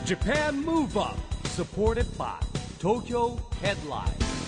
Japan Move Up supported by Tokyo Headline。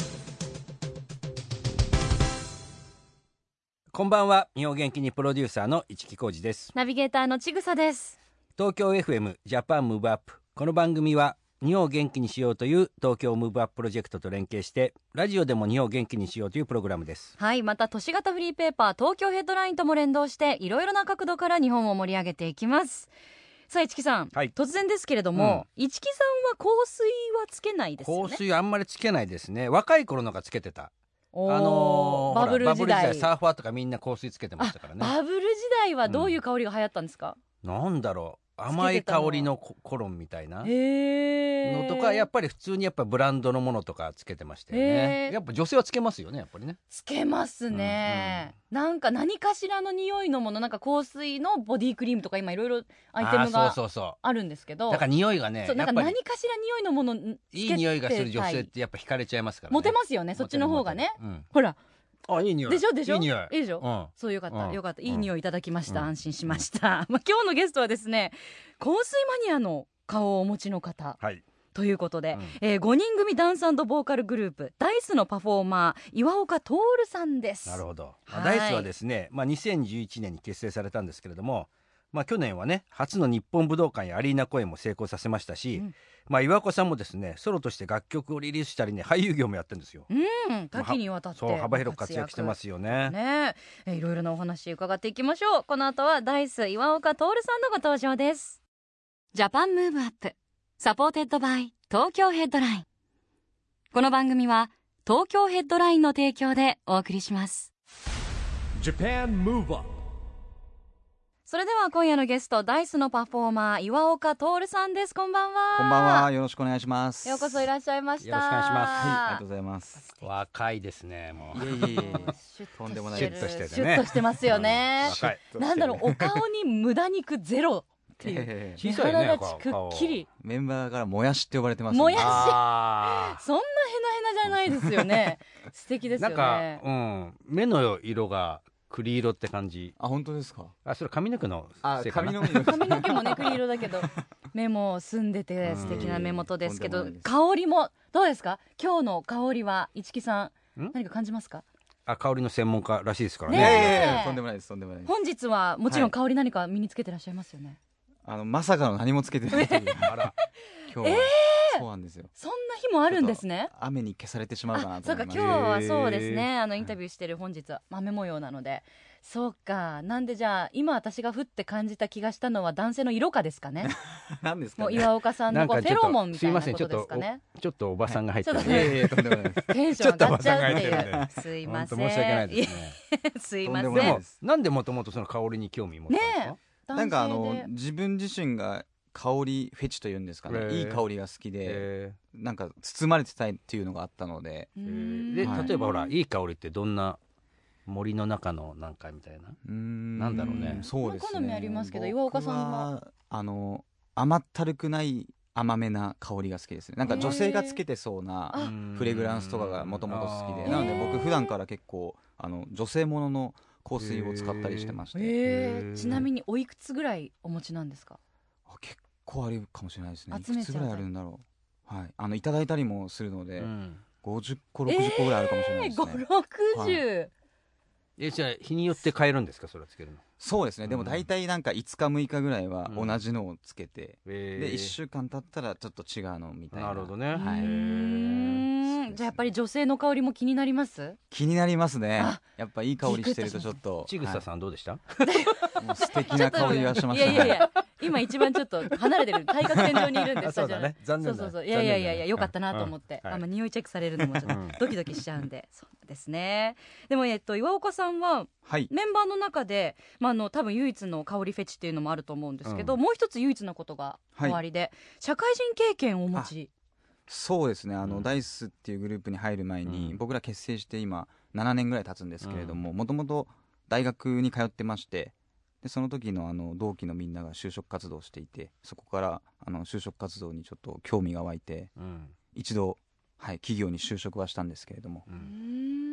こんばんは。日本元気にプロデューサーの市木浩司です。 ナビゲーターのちぐさです。 東京 FM ジャパンムーブアップ、この番組は日本を元気にしようという東京ムーブアッププロジェクトと連携してラジオでも日本を元気にしようというプログラムです。 はい、また都市型フリーペーパー東京ヘッドラインとも連動していろいろな角度から日本を盛り上げていきます。さあ市木さん、 はい、 突然ですけれども、市木さんは香水はつけないですよね。 香水あんまりつけないですね。若い頃のがつけてた。 バブル時代サーファーとかみんな香水つけてましたからね。 バブル時代はどういう香りが流行ったんですか？ なんだろう、甘い香りのコロンみたいなのとか、やっぱり普通にブランドのものとかつけてましたよね。やっぱ女性はつけますよね、やっぱりね。 つけますね、なんか何かしらの匂いのもの、なんか香水のボディクリームとか今いろいろアイテムがあるんですけど、 だから匂いがね、 なんか何かしら匂いのものつけていい匂いがする女性ってやっぱ惹かれちゃいますからね。 モテますよね、そっちの方がね、ほら、 あ、いい匂いでしょでしょ、 いい匂い、 いいでしょ、そうよかった、よかった、いい匂いいただきました、安心しました。今日のゲストはですね、香水マニアの顔をお持ちの方、ということで、5人組ダンス&ボーカルグループダイスのパフォーマー岩岡徹さんです。 なるほど、ダイスはですね、2011年に結成されたんですけれども、去年はね、初の日本武道館やアリーナ公演も成功させましたし、岩岡さんもですね、ソロとして楽曲をリリースしたりね、俳優業もやってるんですよ。 多岐にわたって、 幅広く活躍してますよね。 いろいろなお話伺っていきましょう。この後はダイス岩岡徹さんのご登場です。ジャパンムーブアップサポーテッドバイ東京ヘッドライン。この番組は東京ヘッドラインの提供でお送りします。 Japan Move Up。 それでは今夜のゲスト、ダイスのパフォーマー岩岡徹さんです。こんばんは。 こんばんは、よろしくお願いします。 ようこそいらっしゃいました。 よろしくお願いします。 ありがとうございます。 若いですね、もう。 いえとんでもないです。 シュッとしててね、 シュッとしてますよね。 若い。 なんだろう、お顔に無駄肉ゼロっていう小さいね、 くっきり。 メンバーからもやしって呼ばれてますよね。 もやし、そんなヘナヘナじゃないですよね。素敵ですよね。 なんか、目の色が栗色って感じ。 あ、本当ですか？ あ、それ髪の毛のせいかな。 髪の毛もね、栗色だけど目も澄んでて素敵な目元ですけど、香りもどうですか？今日の香りは市木さん何か感じますか？ 香りの専門家らしいですからね。 とんでもないです、とんでもないです。 本日はもちろん香り何か身につけてらっしゃいますよね。 まさかの何もつけてないという。あら、今日はそうなんですよ。 そんな日もあるんですね。 雨に消されてしまうかなと思います。 そうか、今日はそうですね、インタビューしてる本日は雨模様なので、そうか、なんでじゃあ今私がふって感じた気がしたのは男性の色かですかね。 何ですかね。 もう岩岡さんのフェロモンみたいなことですかね。 ちょっとおばさんが入ってる。 とんでもないです。 テンション上がっちゃうっていう。すいません。 申し訳ないですね。 すいません。 でもなんでもともとその香りに興味持ったんですか？ なんか自分自身が香りフェチというんですかね、いい香りが好きで、なんか包まれてたいっていうのがあったので、 で例えばほら、いい香りってどんな、森の中のなんかみたいな、なんだろうね。 そうですね、 好みありますけど、岩岡さんは甘ったるくない甘めな香りが好きですね。なんか女性がつけてそうなフレグランスとかがもともと好きで、なので僕普段から結構女性ものの香水を使ったりしてまして。 ちなみにおいくつぐらいお持ちなんですか？ 結構あるかもしれないですね。い集めちゃうくつぐらいあるんだろう。はい、いただいたりもするので、50個60個ぐらいあるかもしれないですね。 5、60、 じゃあ日によって変えるんですか、それはつけるの？ そうですね、でも大体なんか5日6日ぐらいは同じのをつけて、で1週間経ったらちょっと違うのみたいな。 なるほどね。 じゃあやっぱり女性の香りも気になります？ 気になりますね。やっぱいい香りしてるとちょっと。 ちぐささんどうでした？ もう素敵な香りがしましたね。 いやいやいや、今一番ちょっと離れてる、対角線上にいるんです。 そうだね、残念だ。 いやいやいや、よかったなと思って、匂いチェックされるのもちょっとドキドキしちゃうんで。そうですね。でも岩岡さんはメンバーの中で多分唯一の香りフェチっていうのもあると思うんですけど、もう一つ唯一のことが終わりで、社会人経験をお持ち。 そうですね、ダイスっていうグループに入る前に、僕ら結成して今7年ぐらい経つんですけれども、もともと大学に通ってまして、でその時の同期のみんなが就職活動をしていて、そこから就職活動にちょっと興味が湧いて、一度、企業に就職はしたんですけれども、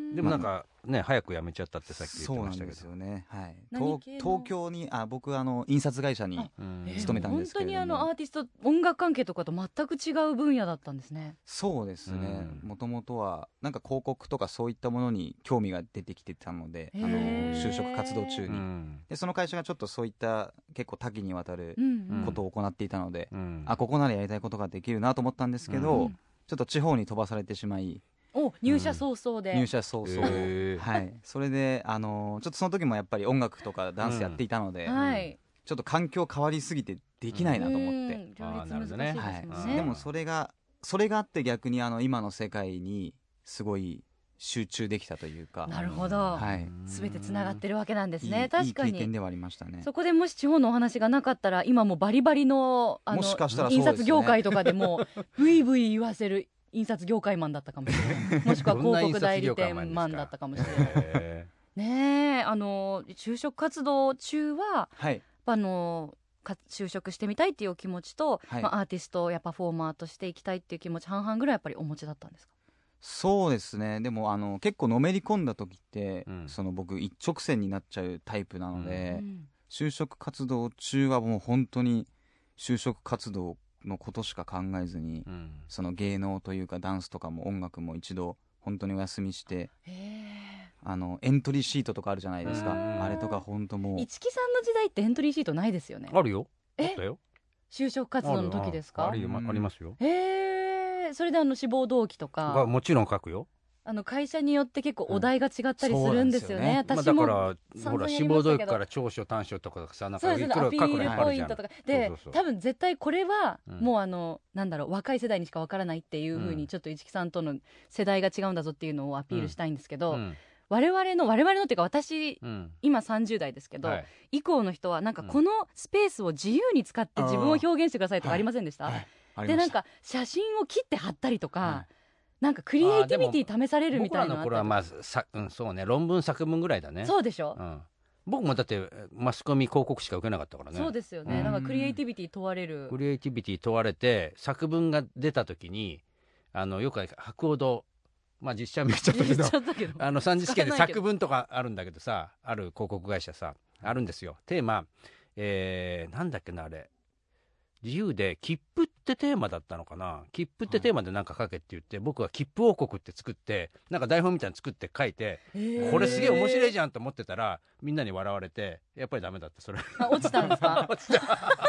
でもなんかね、早く辞めちゃったってさっき言ってましたけど。 そうなんですよね、はい、 何系の東京に僕印刷会社に勤めたんですけれども、 本当にアーティスト音楽関係とかと全く違う分野だったんですね。 そうですね、もともとはなんか広告とかそういったものに興味が出てきてたので、就職活動中に、でその会社がちょっとそういった結構多岐にわたることを行っていたので、ここならやりたいことができるなと思ったんですけど、ちょっと地方に飛ばされてしまい、 入社早々で、 入社早々、はい、それでちょっとその時もやっぱり音楽とかダンスやっていたので、ちょっと環境変わりすぎてできないなと思って、 両立難しいですよね、 はい、でもそれがあって逆に今の世界にすごい集中できたというか。 なるほど、 はい、 全てつながってるわけなんですね。確かにいい経験ではありましたね。 そこでもし地方のお話がなかったら今もバリバリのもしかしたらそうですね、 印刷業界とかでもブイブイ言わせる印刷業界マンだったかもしれないもしくは広告代理店マンだったかもしれないねえ、就職活動中は、はい、就職してみたいっていうお気持ちと、はい、アーティストやパフォーマーとしていきたいっていう気持ち半々ぐらいやっぱりお持ちだったんですか？ そうですね。でも結構のめり込んだ時って、僕一直線になっちゃうタイプなので、就職活動中はもう本当に就職活動のことしか考えずに、その芸能というかダンスとかも音楽も一度本当にお休みして、エントリーシートとかあるじゃないですか、あれとか本当もう。 市木さんの時代ってエントリーシートないですよね？ あるよ、あったよ。 就職活動の時ですか？ ありますよ。 それで志望動機とかもちろん書くよ。 会社によって結構お題が違ったりするんですよね。 私もだからほら志望動機から長所短所とかさ、なんかいくら書くのやっぱりじゃん。 で多分絶対これはもうなんだろう、若い世代にしかわからないっていう風にちょっと市木さんとの世代が違うんだぞっていうのをアピールしたいんですけど、我々のっていうか私、今30代ですけど、以降の人はなんかこのスペースを自由に使って自分を表現してくださいとかありませんでした？でなんか写真を切って貼ったりとか、なんかクリエイティビティ試されるみたいなのあったり。僕らの頃はそうね、論文作文ぐらいだね。 そうでしょ、 僕もだってマスコミ広告しか受けなかったからね。 そうですよね、なんかクリエイティビティ問われる、 クリエイティビティ問われて作文が出た時によく博報堂、実写見ちゃったけど三次試験で作文とかあるんだけどさ、ある広告会社さあるんですよ。テーマなんだっけな、あれ自由で切符ってテーマだったのかな。切符ってテーマでなんか書けって言って、僕は切符王国って作ってなんか台本みたいに作って書いて、これすげえ面白いじゃんと思ってたらみんなに笑われてやっぱりダメだった。それ落ちたんですか？ 落ちた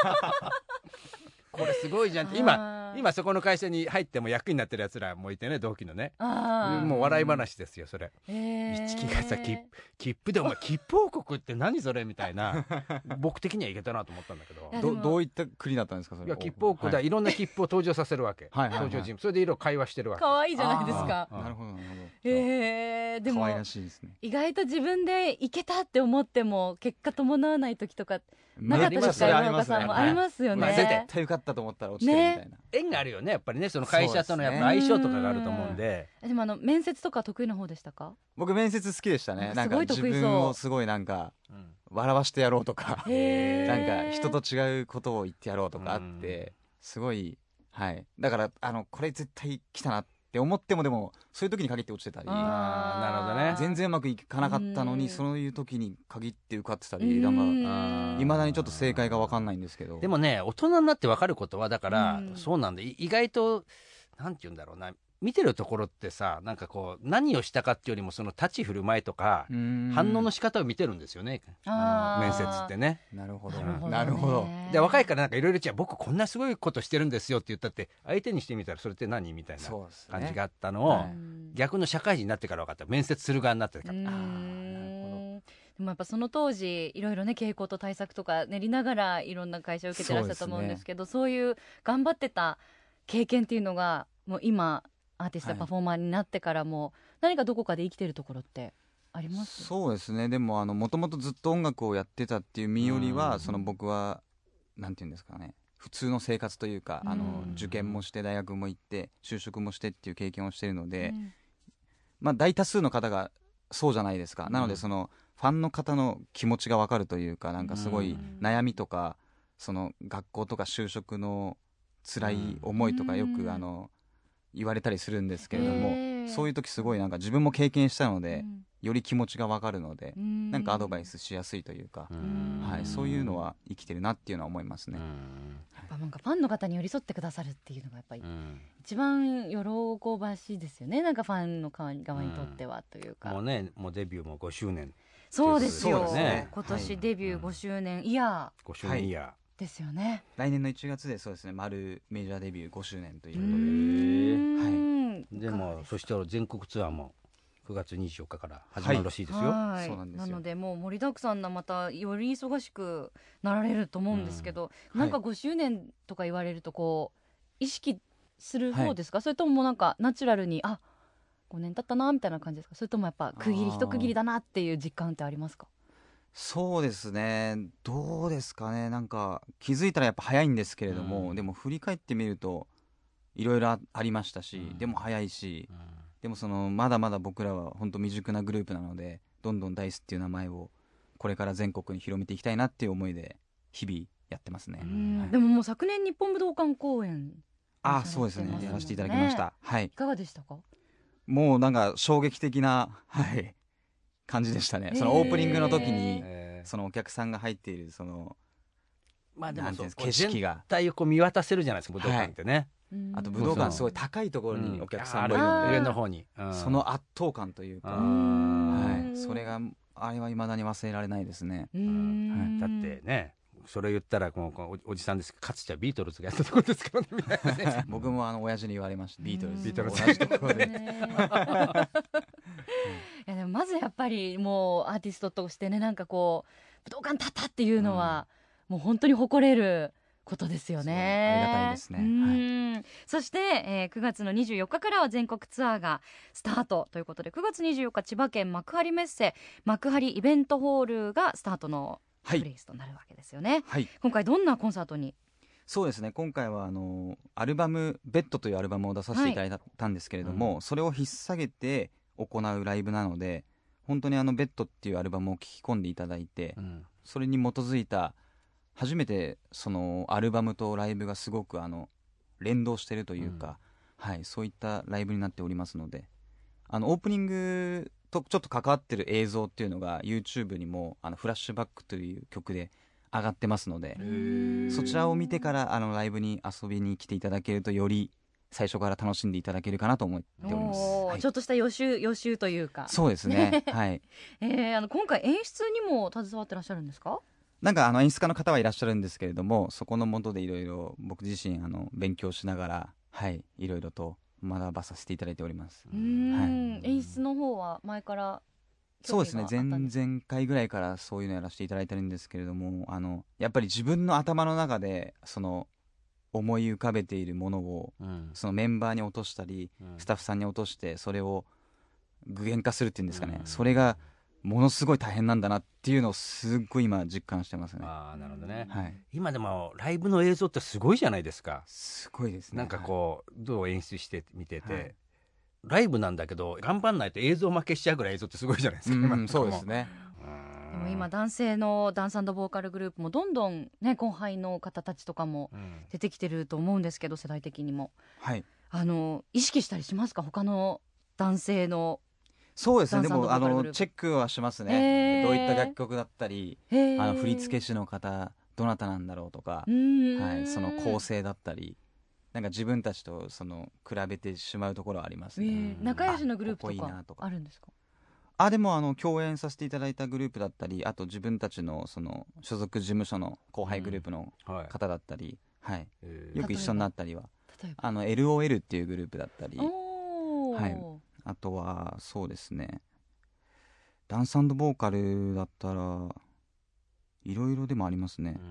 これすごいじゃんって。今そこの会社に入っても役になってるやつらもいてね、同期のね、もう笑い話ですよそれ。一木がさ切符でお前切符王国って何それみたいな僕的にはいけたなと思ったんだけどどういった国だったんですかそれ？ いや切符王国だ、いろんな切符を登場させるわけ登場人物、それでいろいろ会話してるわけ。 可愛いじゃないですか。 なるほどなるほど。 でも可愛らしいですね。 意外と自分でいけたって思っても結果伴わない時とかなかったですか？山岡さんもありますよね。 絶対受かったと思ったら落ちてるみたいな、 縁があるよねやっぱりね、その会社とのやっぱ相性とかがあると思うんで。 でも面接とか得意な方でしたか？ 僕面接好きでしたね。なんか自分をすごいなんか笑わしてやろうとかなんか人と違うことを言ってやろうとかあってすごい、はい、だからこれ絶対来たなって思ってもでもそういう時に限って落ちてたり、 なるほどね、 全然うまくいかなかったのにそういう時に限って受かってたり、なんかいまだにちょっと正解が分かんないんですけど。 でもね大人になって分かることはだからそうなんで、意外となんて言うんだろうな、見てるところってさ、なんかこう何をしたかっていうよりもその立ち振る舞いとか反応の仕方を見てるんですよね、面接ってね。 なるほど、なるほど。 で若いからなんかいろいろじゃあ僕こんなすごいことしてるんですよって言ったって相手にしてみたらそれって何みたいな感じがあったのを、逆の社会人になってから分かった。面接する側になってから。なるほど。 でもやっぱその当時いろいろね傾向と対策とか練りながらいろんな会社を受けてらっしゃったと思うんですけど、そういう頑張ってた経験っていうのがもう今アーティストパフォーマーになってからも何かどこかで生きてるところってあります？ そうですね。でももともとずっと音楽をやってたっていう身よりは、その僕はなんていうんですかね、普通の生活というか受験もして大学も行って就職もしてっていう経験をしているので、大多数の方がそうじゃないですか。なのでそのファンの方の気持ちが分かるというか、なんかすごい悩みとかその学校とか就職の辛い思いとかよく言われたりするんですけれども、 そういう時すごいなんか自分も経験したので、より気持ちが分かるので、なんかアドバイスしやすいというか、はい、そういうのは生きてるなっていうのは思いますね。 やっぱなんかファンの方に寄り添ってくださるっていうのがやっぱり一番喜ばしいですよね。なんかファンの側にとってはというか、 もうね、もうデビューも5周年。 そうですよ、 そうですね、 今年デビュー5周年イヤー、 5周年イヤーですよね。 来年の1月でそうですね、丸メジャーデビュー5周年ということで、でもそして全国ツアーも9月24日から始まるらしいですよ。 そうなんですよ。 なのでもう盛りだくさんな、またより忙しくなられると思うんですけど、なんか5周年とか言われるとこう意識する方ですか、それとももうなんかナチュラルに5年経ったなみたいな感じですか、それともやっぱ一区切りだなっていう実感ってありますか？ そうですね、どうですかね、なんか気づいたらやっぱ早いんですけれども、でも振り返ってみるといろいろありましたし、でも早いし、でもまだまだ僕らは本当未熟なグループなので、どんどんダイスっていう名前をこれから全国に広めていきたいなっていう思いで日々やってますね。 でももう昨年日本武道館公演、 そうですね、やらせていただきました。はい、いかがでしたか？ もうなんか衝撃的な、感じでしたね。そのオープニングの時に、そのお客さんが入っているまあでも景色が全体をこう見渡せるじゃないですか、武道館ってね。 あと武道館すごい高いところにお客さんもいる上ので、 の方に、 その圧倒感というか、それがあれは未だに忘れられないですね。 だってね、それ言ったらこのおじさんですけど、かつてはビートルズがやったところですからねみたいなね。 僕も親父に言われました、ビートルズ同じところで。 いやでもまずやっぱりもうアーティストとしてね、なんかこう武道館立ったっていうのは、もう本当に誇れることですよね。 ありがたいですね。 そして、9月の24日からは全国ツアーがスタートということで、9月24日千葉県幕張メッセ幕張イベントホールがスタートのプレイスとなるわけですよね。今回どんなコンサートに？ そうですね、今回はアルバムベッドというアルバムを出させていただいたんですけれども、それを引っ提げて行うライブなので、本当にベッドっていうアルバムを聴き込んでいただいて、それに基づいた初めてそのアルバムとライブがすごく連動しているというか、そういったライブになっておりますので、オープニングとちょっと関わってる映像っていうのが YouTube にもフラッシュバックという曲で上がってますので、そちらを見てからライブに遊びに来ていただけると、より最初から楽しんでいただけるかなと思っております。 ちょっとした予習というか。 そうですね。 今回演出にも携わってらっしゃるんですか？ なんか演出家の方はいらっしゃるんですけれども、そこの下でいろいろ僕自身勉強しながら、いろいろと学ばさせていただいております。 演出の方は前からそうですね、前々回ぐらいからそういうのやらせていただいてるんですけれども、やっぱり自分の頭の中で思い浮かべているものを、そのメンバーに落としたり、スタッフさんに落として、それを具現化するっていうんですかね、それがものすごい大変なんだなっていうのをすっごい今実感してますね。 なるほどね。今でもライブの映像ってすごいじゃないですか。 すごいですね。 なんかこう、どう演出して見てて、ライブなんだけど頑張んないと映像負けしちゃうぐらい映像ってすごいじゃないですか。 そうですね。 でも今男性のダンス&ボーカルグループもどんどんね、後輩の方たちとかも出てきてると思うんですけど、世代的にも意識したりしますか、他の男性の？ そうですね、でもチェックはしますね。どういった楽曲だったり、振付師の方どなたなんだろうとか、その構成だったり、なんか自分たちと比べてしまうところはありますね。 仲良しのグループとかあるんですか？ でも共演させていただいたグループだったり、あと自分たちの所属事務所の後輩グループの方だったり、よく一緒になったりは、LOL っていうグループだったり、あとはそうですね、ダンス&ボーカルだったらいろいろでもありますね。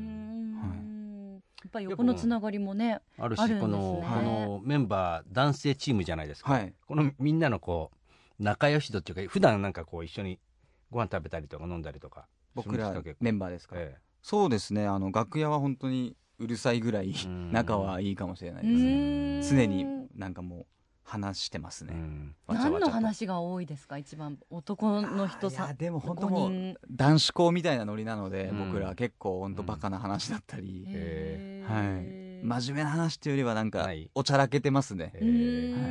やっぱり横のつながりもねあるし、このメンバー男性チームじゃないですか。このみんなのこう仲良し度っていうか、普段なんかこう一緒にご飯食べたりとか飲んだりとか。 僕らメンバーですか？そうですね、楽屋は本当にうるさいぐらい仲はいいかもしれないですね。常になんかもう話してますね。 何の話が多いですか、一番？男の人さん。 でも本当もう男子校みたいなノリなので、僕ら結構本当バカな話だったり、真面目な話っていうよりはなんかおちゃらけてますね。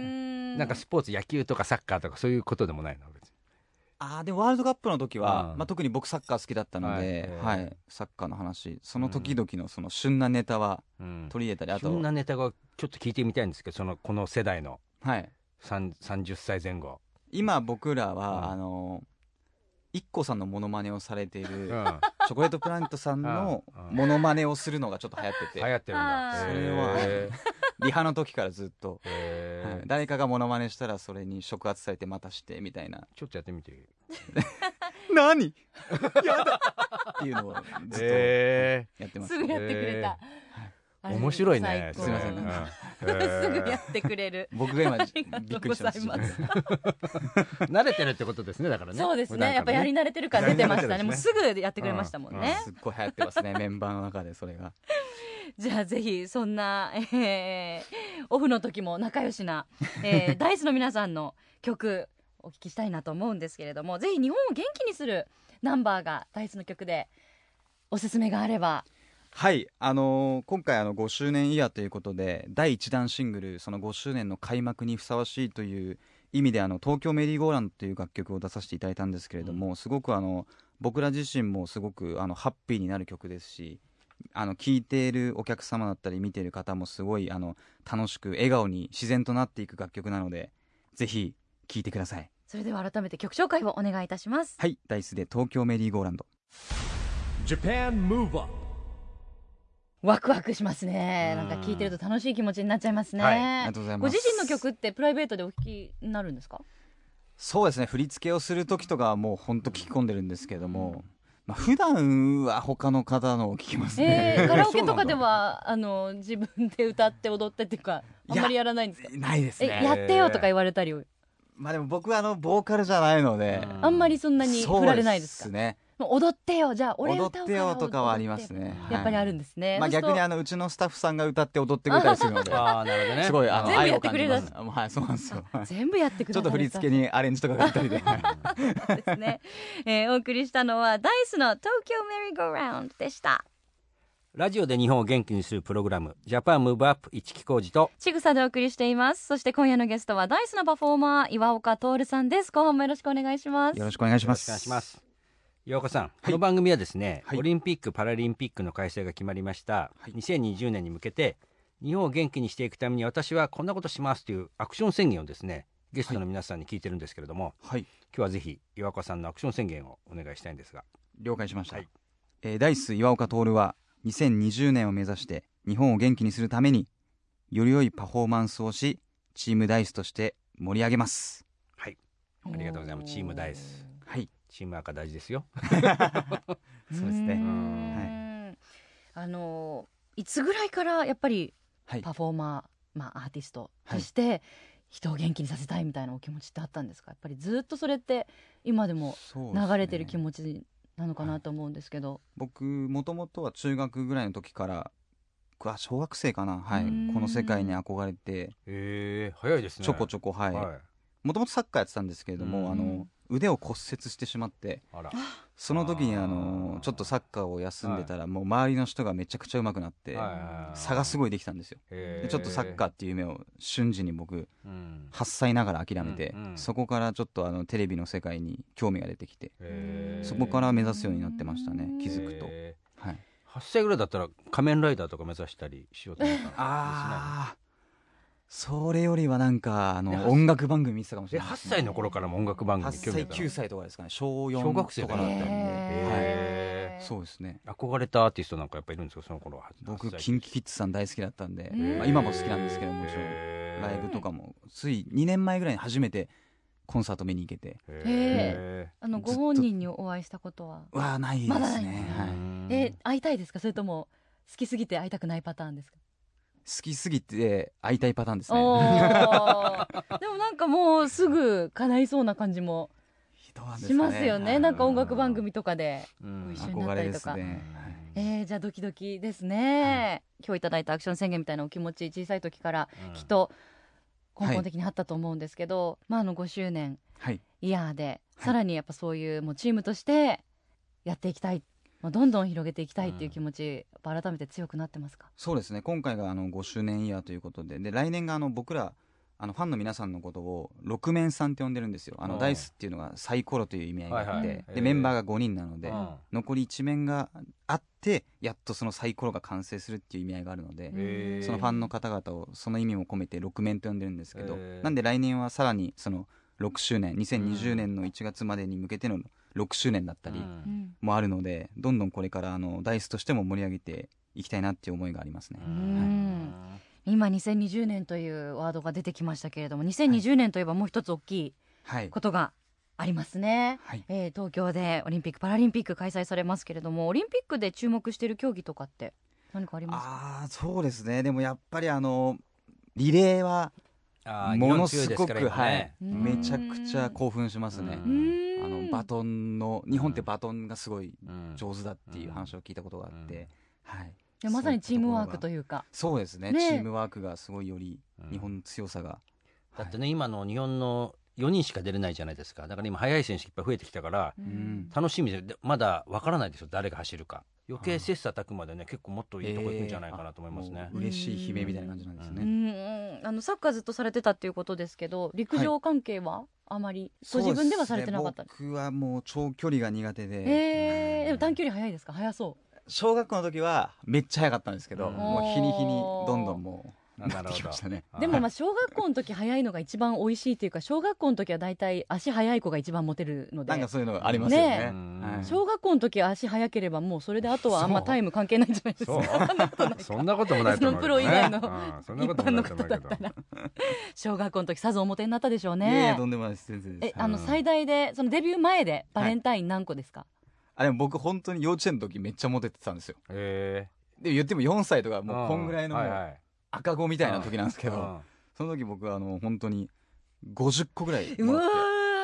なんかスポーツ、野球とかサッカーとかそういうことでもないの？別に。 でワールドカップの時は、特に僕サッカー好きだったので、サッカーの話、その時々のその旬なネタは取り入れたり、あと旬なネタがちょっと聞いてみたいんですけど、この世代の、30歳前後、 今僕らは、IKKOさんのモノマネをされている、チョコレートプラネットさんのモノマネをするのがちょっと流行ってて、 流行ってるんだ。 それはリハの時からずっと、誰かがモノマネしたらそれに触発されてまたしてみたいな。 ちょっとやってみて。 何やだっていうのをずっとやってます。 すぐやってくれた。 面白いね。 すみません。 すぐやってくれる。 僕が今びっくりしました。 慣れてるってことですね、だからね。 そうですね。やっぱやり慣れてるから出てましたね。もうすぐやってくれましたもんね。 すっごい流行ってますね、メンバーの中でそれが。 じゃあぜひそんなオフの時も仲良しなダイスの皆さんの曲お聞きしたいなと思うんですけれども、ぜひ日本を元気にするナンバーがダイスの曲でおすすめがあれば。 はい、今回5周年イヤーということで、第1弾シングル、その5周年の開幕にふさわしいという意味で東京メリーゴーランドという楽曲を出させていただいたんですけれども、すごく僕ら自身もすごくハッピーになる曲ですし、聴いているお客様だったり見ている方もすごい楽しく笑顔に自然となっていく楽曲なので、ぜひ聴いてください。 それでは改めて曲紹介をお願いいたします。 はい、ダイスで東京メリーゴーランド。 Japan Move Up。 ワクワクしますね。なんか聴いてると楽しい気持ちになっちゃいますね。 ありがとうございます。 ご自身の曲ってプライベートでお聴きになるんですか？ そうですね、振り付けをする時とかはもう本当聞き込んでるんですけれども、普段は他の方のを聞きますね。 カラオケとかでは自分で歌って踊ってっていうか、あんまりやらないんですか？ ないですね。 やってよとか言われたり。 でも僕はボーカルじゃないので、 あんまりそんなに振られないですか？ そうですね。 踊ってよ、じゃあ俺歌うから踊ってよとかはありますね。 やっぱりあるんですね。 逆にうちのスタッフさんが歌って踊ってくれたりするので、 なるほどね。 すごい愛を感じます。 はい、 そうなんですよ。 全部やってくれた。 ちょっと振り付けにアレンジとかがあったりで。 そうですね。お送りしたのはダイスの東京メリーゴーラウンドでした。 ラジオで日本を元気にするプログラム、ジャパンムーブアップ、市木浩二とちぐさでお送りしています。そして今夜のゲストはダイスのパフォーマー岩岡徹さんです。後半もよろしくお願いします。 よろしくお願いします。 よろしくお願いします。岩岡さん、この番組はですね、オリンピック・パラリンピックの開催が決まりました、2020年に向けて日本を元気にしていくために私はこんなことしますというアクション宣言をですね、ゲストの皆さんに聞いてるんですけれども、今日はぜひ岩岡さんのアクション宣言をお願いしたいんですが。 了解しました。ダイス岩岡徹は2020年を目指して日本を元気にするためにより良いパフォーマンスをし、チームダイスとして盛り上げます。 はい、ありがとうございます。チームダイス、チーム赤大事ですよ。 そうですね。 いつぐらいからやっぱりパフォーマー、アーティストとして人を元気にさせたいみたいなお気持ちってあったんですか？やっぱりずっとそれって今でも流れてる気持ちなのかなと思うんですけど。 僕もともとは中学ぐらいの時から小学生かな、この世界に憧れて、 早いですね。 ちょこちょこもともとサッカーやってたんですけれども、腕を骨折してしまって、その時にちょっとサッカーを休んでたら、もう周りの人がめちゃくちゃ上手くなって、差がすごいできたんですよ。でちょっとサッカーっていう夢を瞬時に僕、8歳ながら諦めて、そこからちょっとテレビの世界に興味が出てきて、そこから目指すようになってましたね、気づくと。 8歳ぐらいだったら仮面ライダーとか目指したりしようと思ったんですね。 それよりはなんか音楽番組見てたかもしれないですね。 8歳の頃からも音楽番組に興味があった。 8歳9歳とかですかね。小4 小学生とかだったんで、 そうですね。 憧れたアーティストなんかやっぱいるんですか、その頃は。 僕キンキキッズさん大好きだったんで、今も好きなんですけど、もちろんライブとかもつい2年前ぐらいに初めてコンサート見に行けて。 ご本人にお会いしたことはないですね。 会いたいですか？それとも好きすぎて会いたくないパターンですか？ 好きすぎて会いたいパターンですね。 でもなんかもうすぐ叶いそうな感じもしますよね。なんか音楽番組とかで一緒になったりとか。じゃあドキドキですね。今日いただいたアクション宣言みたいなお気持ち、小さい時からきっと根本的にあったと思うんですけど、5周年イヤーでさらにやっぱそういうもうチームとしてやっていきたい、どんどん広げていきたいっていう気持ち、改めて強くなってますか？ そうですね。今回が5周年イヤーということで、来年が僕らファンの皆さんのことを6面さんって呼んでるんですよ。ダイスっていうのがサイコロという意味合いがあって、 はいはい、 でメンバーが5人なので、残り1面があってやっとそのサイコロが完成するっていう意味合いがあるので、そのファンの方々をその意味も込めて6面と呼んでるんですけど、なんで来年はさらにその6周年2020年の1月までに向けての6周年だったりもあるので、どんどんこれからダイスとしても盛り上げていきたいなっていう思いがありますね。 今2020年というワードが出てきましたけれども、2020年といえばもう一つ大きいことがありますね、はい、東京でオリンピック・パラリンピック開催されますけれども、オリンピックで注目している競技とかって何かありますか？ そうですね、でもやっぱりリレーはものすごく、めちゃくちゃ興奮しますね。バトンの日本ってバトンがすごい上手だっていう話を聞いたことがあって、 まさにチームワークというか。 そうですね、チームワークがすごいより日本の強さが、 だってね、今の日本の4人しか出れないじゃないですか。だから今速い選手いっぱい増えてきたから、楽しみで、まだわからないですよ、誰が走るか。余計切磋琢磨でね、結構もっといいとこ行くんじゃないかなと思いますね。 嬉しい悲鳴みたいな感じなんですね。 サッカーずっとされてたっていうことですけど、陸上関係はあまりご自分ではされてなかったですか？ 僕はもう長距離が苦手で。 でも短距離速いですか？速そう。 小学校の時はめっちゃ速かったんですけど、もう日に日にどんどんもうなってきましたね。 でも小学校の時速いのが一番美味しいというか、小学校の時はだいたい足速い子が一番モテるので、 なんかそういうのがありますよね。 小学校の時は足速ければもうそれであとはあんまタイム関係ないんじゃないですか？ そんなこともないと思う。 そのプロ以外の一般の方だったら小学校の時さぞおモテになったでしょうね。 いやとんでもないです、全然です。 最大でそのデビュー前でバレンタイン何個ですか？ でも僕本当に幼稚園の時めっちゃモテてたんですよ。で言っても4歳とかもうこんぐらいの赤子みたいな時なんですけど、その時僕は本当に50個ぐらいもらって。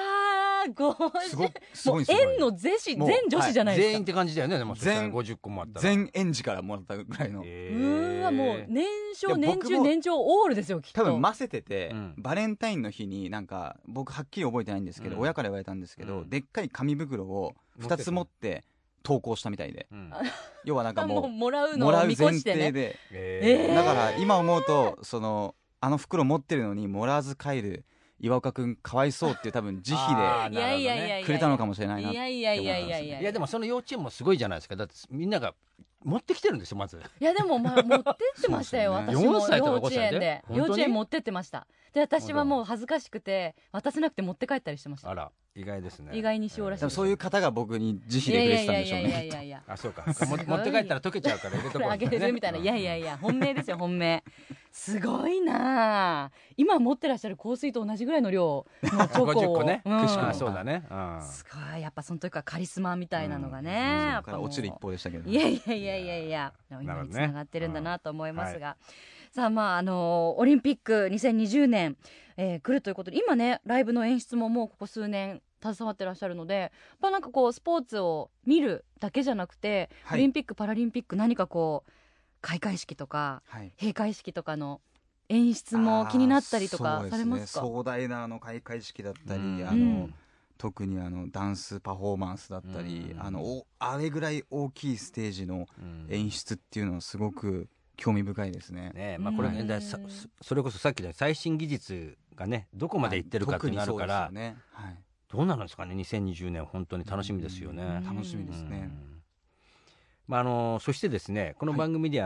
すごい円の全女子じゃないですか。 全員って感じだよね。でも50個もあったら全園児からもらったぐらいの。 もう年少年中年長オールですよ、きっと。 多分混ぜてて、バレンタインの日になんか僕はっきり覚えてないんですけど、親から言われたんですけど、でっかい紙袋を2つ持って投稿したみたいで、要はなんかもうもらうのを見越してね。 だから今思うと袋持ってるのにもらわず帰る岩岡くんかわいそうっていう多分慈悲でくれたのかもしれないなって思ったんです。 いやでもその幼稚園もすごいじゃないですか。だってみんなが持ってきてるんですよ、まず。 いやでも持ってってましたよ。私も幼稚園で幼稚園持ってってました。で私はもう恥ずかしくて渡せなくて持って帰ったりしてました。 あら、意外ですね。 意外にしおらしい。 そういう方が僕に慈悲でくれてたんでしょうね。 あ、そうか。持って帰ったら溶けちゃうから入れとこう。 あげれるみたいな。いや本命ですよ、本命。すごいな。今持ってらっしゃる香水と同じぐらいの量のチョコを 50個ね。そうだね。 すごい、やっぱその時からカリスマみたいなのがね、 やっぱ落ちる一方でしたけど。 いや今につながってるんだなと思いますが、さあオリンピック2020年来るということで、今ねライブの演出ももうここ数年携わってらっしゃるので、なんかこうスポーツを見るだけじゃなくて、オリンピックパラリンピック何かこう開会式とか、閉会式とかの演出も気になったりとかされますか？ 壮大な開会式だったり、特にダンスパフォーマンスだったり、あれぐらい大きいステージの演出っていうのはすごく興味深いですね。 これそれこそさっきの最新技術がねどこまでいってるかってなるから、どうなるんですかね。2020年本当に楽しみですよね。 楽しみですね。 そしてですね、この番組で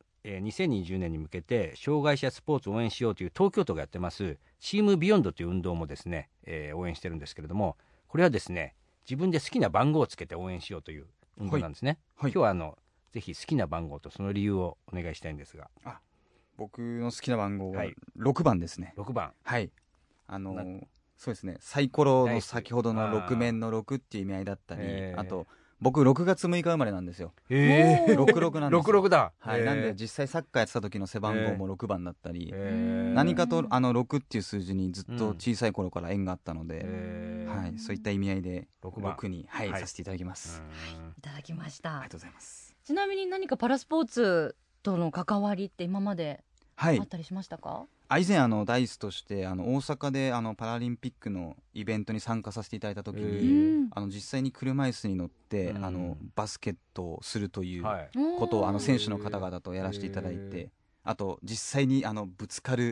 2020年に向けて障害者スポーツを応援しようという東京都がやってますチームビヨンドという運動もですね、応援してるんですけれども、これはですね自分で好きな番号をつけて応援しようという運動なんですね。今日はぜひ好きな番号とその理由をお願いしたいんですが。 僕の好きな番号は6番ですね。 6番。 そうですね、サイコロの先ほどの6面の6っていう意味合いだったり、あと僕6月6日生まれなんですよ。66なんですよ。 66だ。 なんで実際サッカーやってた時の背番号も6番だったり、何かと6っていう数字にずっと小さい頃から縁があったので、そういった意味合いで6にさせていただきます。 いただきました。 ありがとうございます。 ちなみに何かパラスポーツとの関わりって今まであったりしましたか？ 以前ダイスとして大阪でパラリンピックのイベントに参加させていただいた時に実際に車椅子に乗ってバスケットをするということを選手の方々とやらせていただいて、あと実際にぶつかる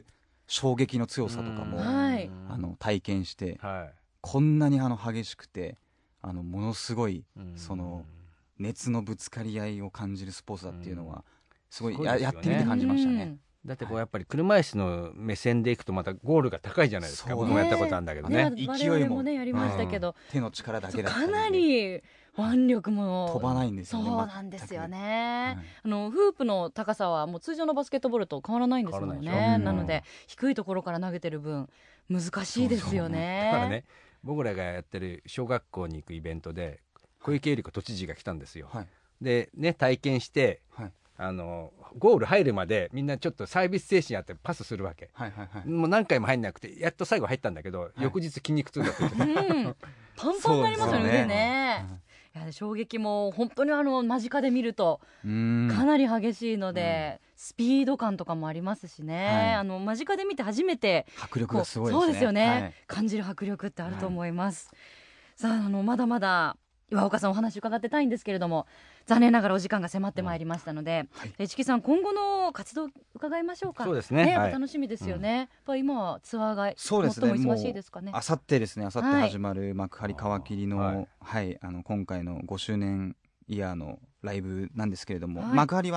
衝撃の強さとかも体験して、 はい、 こんなに激しくてものすごいその熱のぶつかり合いを感じるスポーツだっていうのはすごいやってみて感じましたね。 だってこうやっぱり車椅子の目線でいくとまたゴールが高いじゃないですか。僕もやったことあるんだけどね。 勢いもねやりましたけど、 手の力だけだったかなり腕力も飛ばないんですよね。 そうなんですよね。フープの高さはもう通常のバスケットボールと変わらないんですもんね。なので低いところから投げてる分難しいですよね。 だからね、僕らがやってる小学校に行くイベントで小池百合子都知事が来たんですよ。でね、体験して、ゴール入るまでみんなちょっとサービス精神あってパスするわけ、もう何回も入んなくてやっと最後入ったんだけど、翌日筋肉痛だって言ってた、 パンパンになりますよね。いや衝撃も本当に間近で見るとかなり激しいので、スピード感とかもありますしね、間近で見て初めて迫力がすごいですね。 そうですよね、感じる迫力ってあると思います。さあまだまだ岩岡さんお話伺ってたいんですけれども、残念ながらお時間が迫ってまいりましたので、市木さん今後の活動伺いましょうか。 そうですね、 楽しみですよね。今はツアーが最も忙しいですかね。 あさってですね、あさって始まる幕張皮切りの、今回の5周年イヤーのライブなんですけれども、幕張は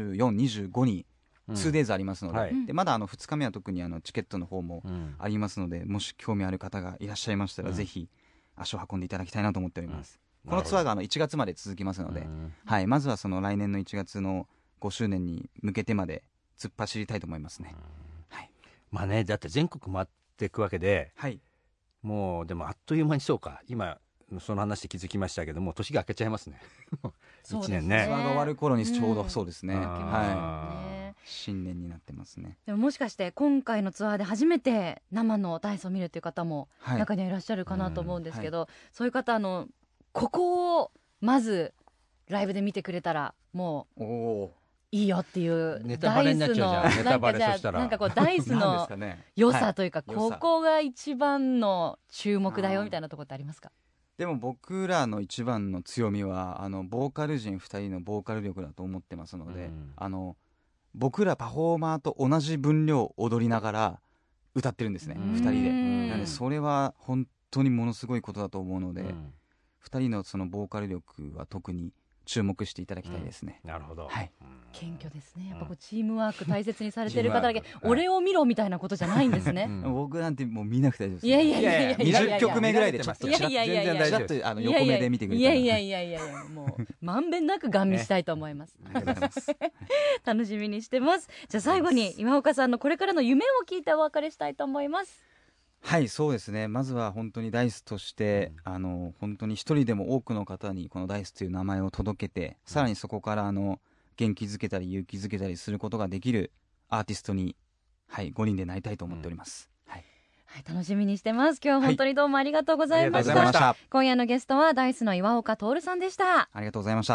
24、25に 2days ありますので、でまだ2日目は特にチケットの方もありますので、もし興味ある方がいらっしゃいましたら、ぜひ足を運んでいただきたいなと思っております。このツアーが1月まで続きますので、まずはその来年の1月の5周年に向けてまで突っ走りたいと思いますね。 まあね、だって全国回っていくわけで、もうでもあっという間に、そうか、今その話で気づきましたけども、年が明けちゃいますね。1年ね、 ツアーが終わる頃にちょうどそうですね、新年になってますね。 でももしかして今回のツアーで初めて生のダイスを見るという方も中にはいらっしゃるかなと思うんですけど、そういう方ここをまずライブで見てくれたらもういいよっていうネタバレになっちゃうじゃん。ネタバレそしたらなんかこうダイスの良さというか、ここが一番の注目だよみたいなところってありますか？ でも僕らの一番の強みはボーカル陣2人のボーカル力だと思ってますので、僕らパフォーマーと同じ分量踊りながら歌ってるんですね、2人で。なのでそれは本当にものすごいことだと思うので、2人のそのボーカル力は特に注目していただきたいですね。 なるほど、 謙虚ですね。やっぱチームワーク大切にされてる方だけ、俺を見ろみたいなことじゃないんですね。 僕なんてもう見なくて大丈夫です。 いやいやいやいや、 20曲目ぐらいでちょっとちらっと横目で見てくれたら、 いやいやもうまんべんなくガン見したいと思います。楽しみにしてます。じゃあ最後に今岡さんのこれからの夢を聞いてお別れしたいと思います。 そうですね。まずは本当にダイスとして、本当に一人でも多くの方にこのダイスという名前を届けて、さらにそこから元気づけたり勇気づけたりすることができるアーティストに、5人でなりたいと思っております。 楽しみにしてます。今日は本当にどうもありがとうございました。今夜のゲストはダイスの岩岡徹さんでした。 ありがとうございました。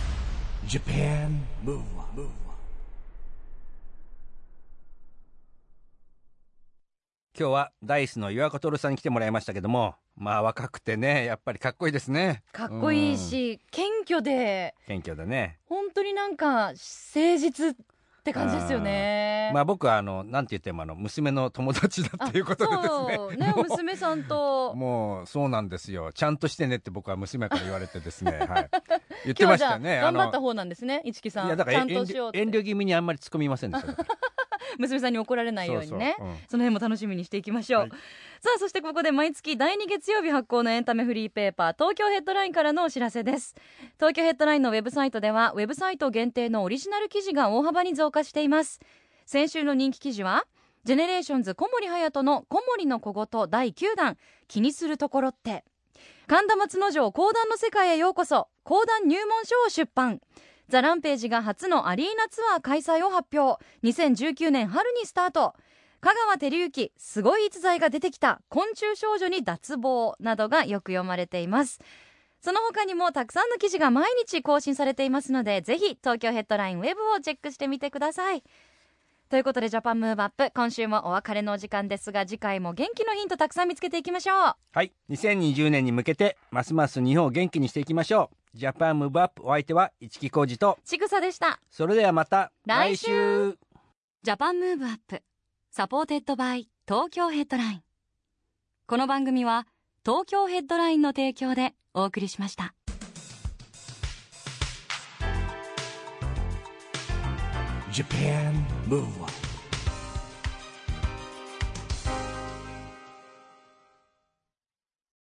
Japan Move Up。 今日はダイスの岩岡徹さんに来てもらいましたけども、若くてね、やっぱりかっこいいですね。 かっこいいし、謙虚でね、本当になんか誠実って感じですよね。 僕はなんて言っても娘の友達だっていうことでですね。 そうね、娘さんともうそうなんですよ。ちゃんとしてねって僕は娘から言われてですね、言ってましたよね。 頑張った方なんですね、市木さん。 いやだから遠慮気味にあんまり突っ込みませんでした。 娘さんに怒られないようにね、その辺も楽しみにしていきましょう。さあそしてここで毎月第2月曜日発行のエンタメフリーペーパー東京ヘッドラインからのお知らせです。東京ヘッドラインのウェブサイトではウェブサイト限定のオリジナル記事が大幅に増加しています。先週の人気記事はジェネレーションズ小森隼人の小森の小言第9弾気にするところって、神田松之丞講談の世界へようこそ講談入門書を出版。ザ・ランページが初のアリーナツアー開催を発表。2019年春にスタート。香川照之すごい逸材が出てきた昆虫少女に脱帽などがよく読まれています。その他にもたくさんの記事が毎日更新されていますので、ぜひ東京ヘッドラインウェブをチェックしてみてください。ということでジャパンムーブアップ、今週もお別れのお時間ですが、次回も元気のヒントたくさん見つけていきましょう。 2020年に向けてますます日本を元気にしていきましょう。ジャパンムーブアップ、お相手は市木浩二とちぐさでした。 それではまた来週。 ジャパンムーブアップ、 サポーテッドバイ東京ヘッドライン。この番組は東京ヘッドラインの提供でお送りしました。 Japan Move Up